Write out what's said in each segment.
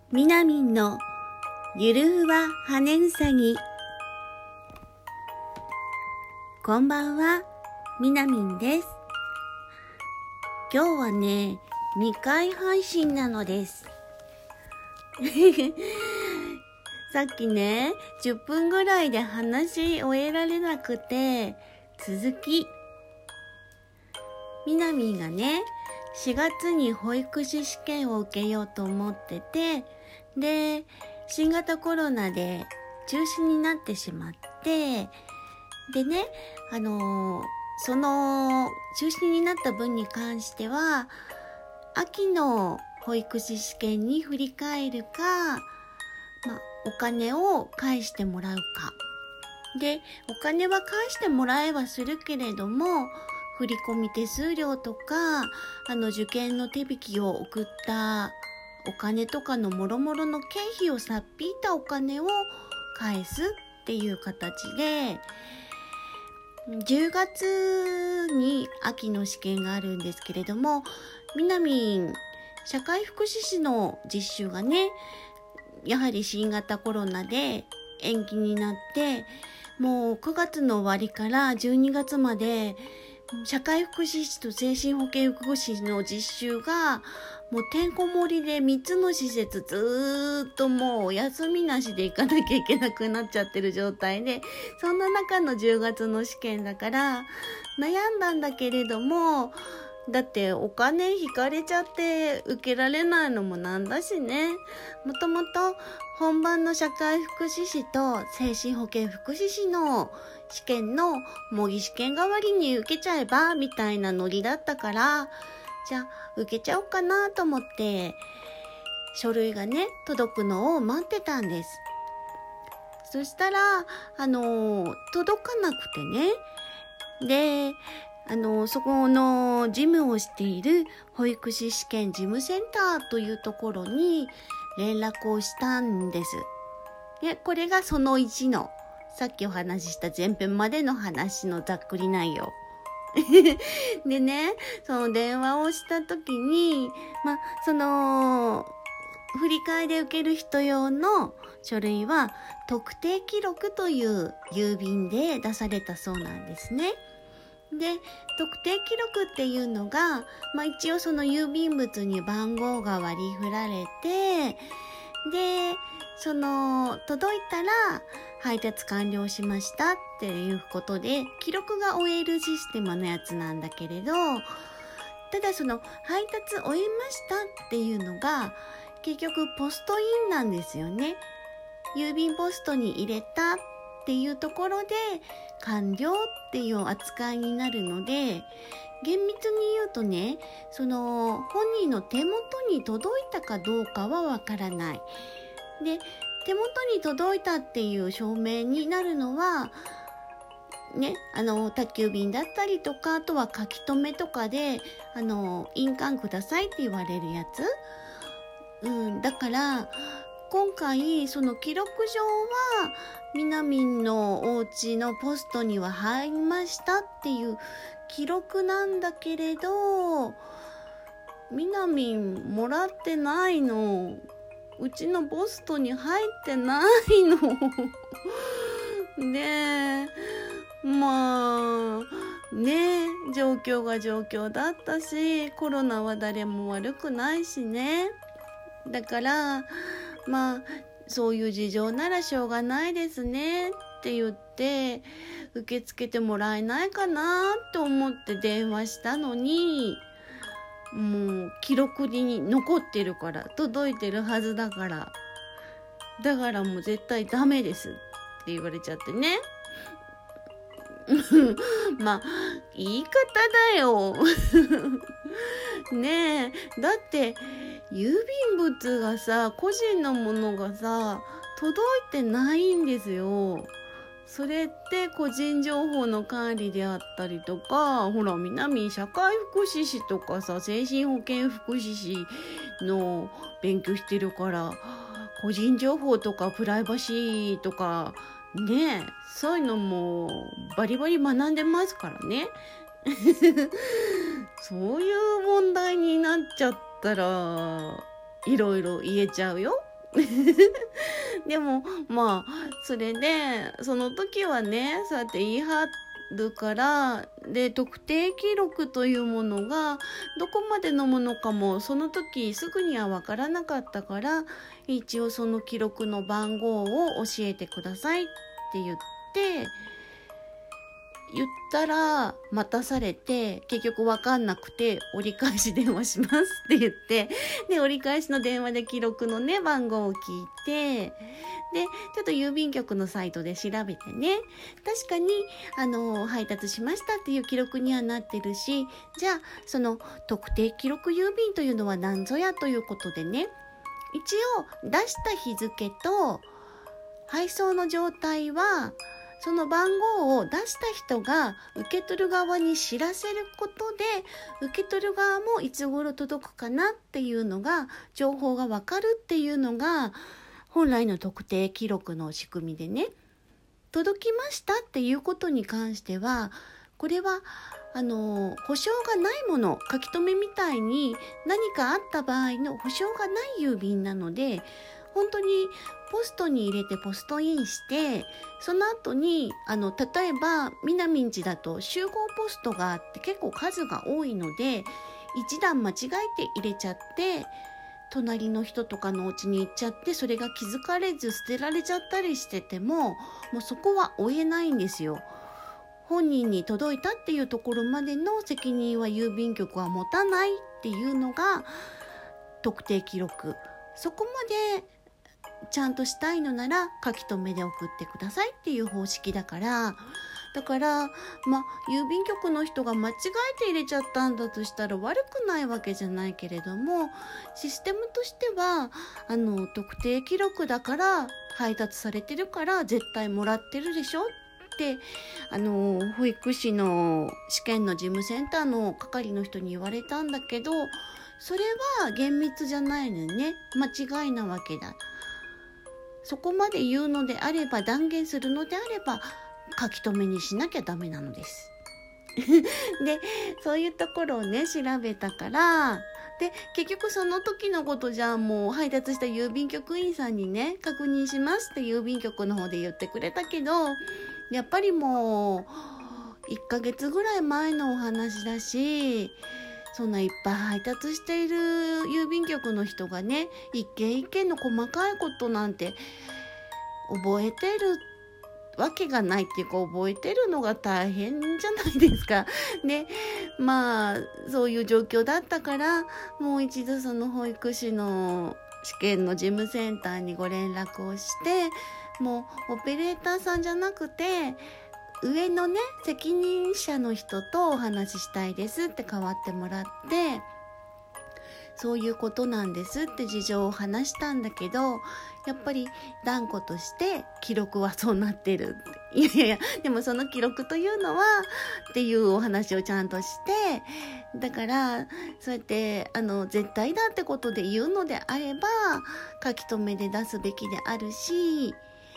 みなみんのゆるふわ羽うさぎ。こんばんは、みなみんです。今日はね、2回配信なのです。さっきね、10分ぐらいで話し終えられなくて、続き。みなみんがね、4月に保育士試験を受けようと思ってて、で、新型コロナで中止になってしまって、でね、その中止になった分に関しては、秋の保育士試験に振り返るか、お金を返してもらうか。で、お金は返してもらえはするけれども、振込手数料とか、受験の手引きを送ったお金とかのもろもろの経費をさっぴいたお金を返すっていう形で、10月に秋の試験があるんですけれども、みなみん社会福祉士の実習がね、やはり新型コロナで延期になって、もう9月の終わりから12月まで社会福祉士と精神保健福祉士の実習がもうてんこ盛りで3つの施設ずーっともう休みなしで行かなきゃいけなくなっちゃってる状態で、そんな中の10月の試験だから悩んだんだけれども、だってお金引かれちゃって受けられないのもなんだしね。もともと本番の社会福祉士と精神保健福祉士の試験の模擬試験代わりに受けちゃえばみたいなノリだったから、じゃあ受けちゃおうかなと思って書類がね届くのを待ってたんです。そしたら届かなくてね。でそこの事務をしている保育士試験事務センターというところに連絡をしたんです。で、これがその1のさっきお話しした前編までの話のざっくり内容。でね、その電話をした時に、その振り替えで受ける人用の書類は特定記録という郵便で出されたそうなんですね。で、特定記録っていうのが、一応その郵便物に番号が割り振られて、で、届いたら配達完了しましたっていうことで、記録が終えるシステムのやつなんだけれど、ただその配達終えましたっていうのが、結局ポストインなんですよね。郵便ポストに入れたっていうところで完了っていう扱いになるので、厳密に言うとね、その本人の手元に届いたかどうかはわからない。で、手元に届いたっていう証明になるのはね、宅急便だったりとか、あとは書き留めとかで印鑑くださいって言われるやつ。だから今回その記録上はみなみんのお家のポストには入りましたっていう記録なんだけれど、みなみんもらってないの。うちのポストに入ってないの。で、状況が状況だったし、コロナは誰も悪くないしね。だからそういう事情ならしょうがないですねって言って受け付けてもらえないかなと思って電話したのに、もう記録に残ってるから、届いてるはずだから、もう絶対ダメですって言われちゃってね。言い方だよ。ねえ、だって郵便物がさ、個人のものがさ届いてないんですよ。それって個人情報の管理であったりとか、ほらみなみん社会福祉士とかさ、精神保健福祉士の勉強してるから、個人情報とかプライバシーとかね、そういうのもバリバリ学んでますからね。そういう問題になっちゃったらいろいろ言えちゃうよ。 でもまあそれでその時はねそうやって言い張るからで、特定記録というものがどこまでのものかもその時すぐには分からなかったから、一応その記録の番号を教えてくださいって言ったら待たされて、結局分かんなくて折り返し電話しますって言って、で折り返しの電話で記録のね番号を聞いて、でちょっと郵便局のサイトで調べてね、確かに配達しましたっていう記録にはなってるし、じゃあその特定記録郵便というのは何ぞやということでね、一応出した日付と配送の状態はその番号を出した人が受け取る側に知らせることで、受け取る側もいつ頃届くかなっていうのが情報がわかるっていうのが本来の特定記録の仕組みでね、届きましたっていうことに関してはこれは保証がないもの、書き留めみたいに何かあった場合の保証がない郵便なので、本当にポストに入れてポストインして、その後に例えば南んちだと集合ポストがあって結構数が多いので、一段間違えて入れちゃって隣の人とかのお家に行っちゃって、それが気づかれず捨てられちゃったりしてても、もうそこは追えないんですよ。本人に届いたっていうところまでの責任は郵便局は持たないっていうのが特定記録。そこまでちゃんとしたいのなら書き留めで送ってくださいっていう方式だから、郵便局の人が間違えて入れちゃったんだとしたら悪くないわけじゃないけれども、システムとしては特定記録だから配達されてるから絶対もらってるでしょって保育士の試験の事務センターの係の人に言われたんだけど、それは厳密じゃないのよね。間違いなわけだ。そこまで言うのであれば、断言するのであれば書き留めにしなきゃダメなのですでそういうところをね調べたから、で結局その時のことじゃもう配達した郵便局員さんにね確認しますって郵便局の方で言ってくれたけど、やっぱりもう1ヶ月ぐらい前のお話だし、そんないっぱい配達している郵便局の人がね一件一件の細かいことなんて覚えてるわけがないっていうか、覚えてるのが大変じゃないですか。でそういう状況だったから、もう一度その保育士の試験の事務センターにご連絡をして、もうオペレーターさんじゃなくて上のね責任者の人とお話ししたいですって代わってもらって、そういうことなんですって事情を話したんだけど、やっぱり断固として記録はそうなってる。いやでもその記録というのはっていうお話をちゃんとして、だからそうやって絶対だってことで言うのであれば書き留めで出すべきであるし、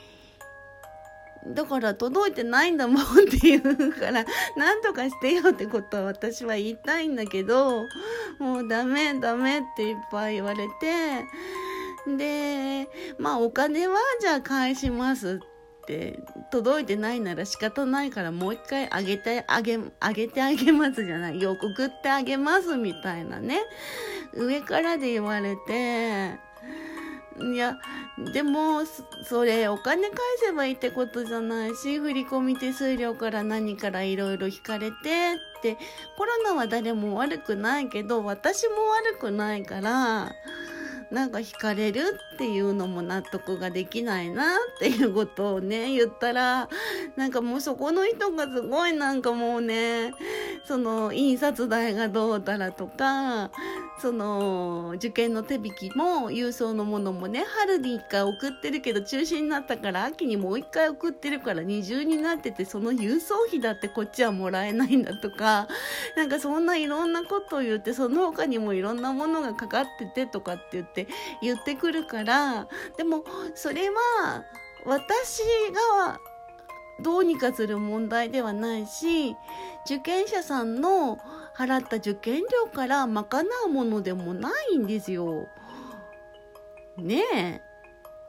だから届いてないんだもんって言うから何とかしてよってことは私は言いたいんだけど、もうダメっていっぱい言われて、でお金はじゃあ返しますって、届いてないなら仕方ないからもう一回あげてあげますじゃないよ、送ってあげますみたいなね、上からで言われて、いやでもそれお金返せばいいってことじゃないし、振込手数料から何からいろいろ引かれてって、コロナは誰も悪くないけど私も悪くないからなんか引かれるっていうのも納得ができないなっていうことをね言ったら、なんかもうそこの人がすごいなんかもうね、その印刷代がどうだらとか、その受験の手引きも郵送のものもね春に1回送ってるけど中止になったから秋にもう1回送ってるから二重になってて、その郵送費だってこっちはもらえないんだとか、なんかそんないろんなことを言って、その他にもいろんなものがかかっててとかって言ってくるから、でもそれは私がどうにかする問題ではないし、受験者さんの払った受験料から賄うものでもないんですよね。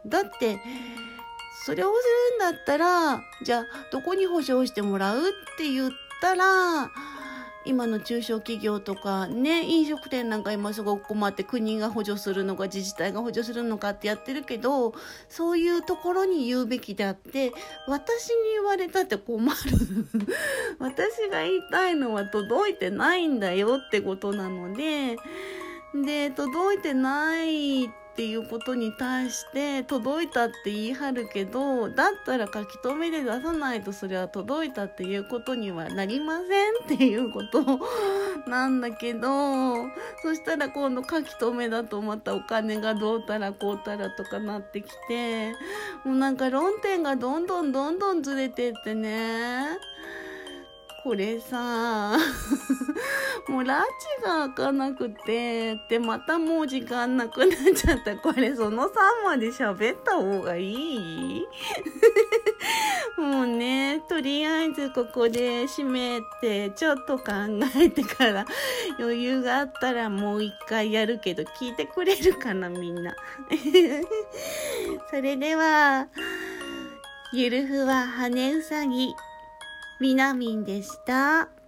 だってそれをするんだったら、じゃあどこに補助してもらうって言ったら、今の中小企業とかね、飲食店なんか今すごく困って、国が補助するのか自治体が補助するのかってやってるけど、そういうところに言うべきであって、私に言われたって困る私が言いたいのは届いてないんだよってことなので、届いてないっていうことに対して届いたって言い張るけど、だったら書き留めで出さないとそれは届いたっていうことにはなりませんっていうことなんだけど、そしたら今度書き留めだとまたお金がどうたらこうたらとかなってきて、もうなんか論点がどんどんずれてってね、これさもうラジが開かなくて、でまたもう時間なくなっちゃった。これその3まで喋った方がいいもうね、とりあえずここで締めてちょっと考えてから余裕があったらもう一回やるけど、聞いてくれるかなみんなそれでは、ゆるふわ羽うさぎみなみんでした。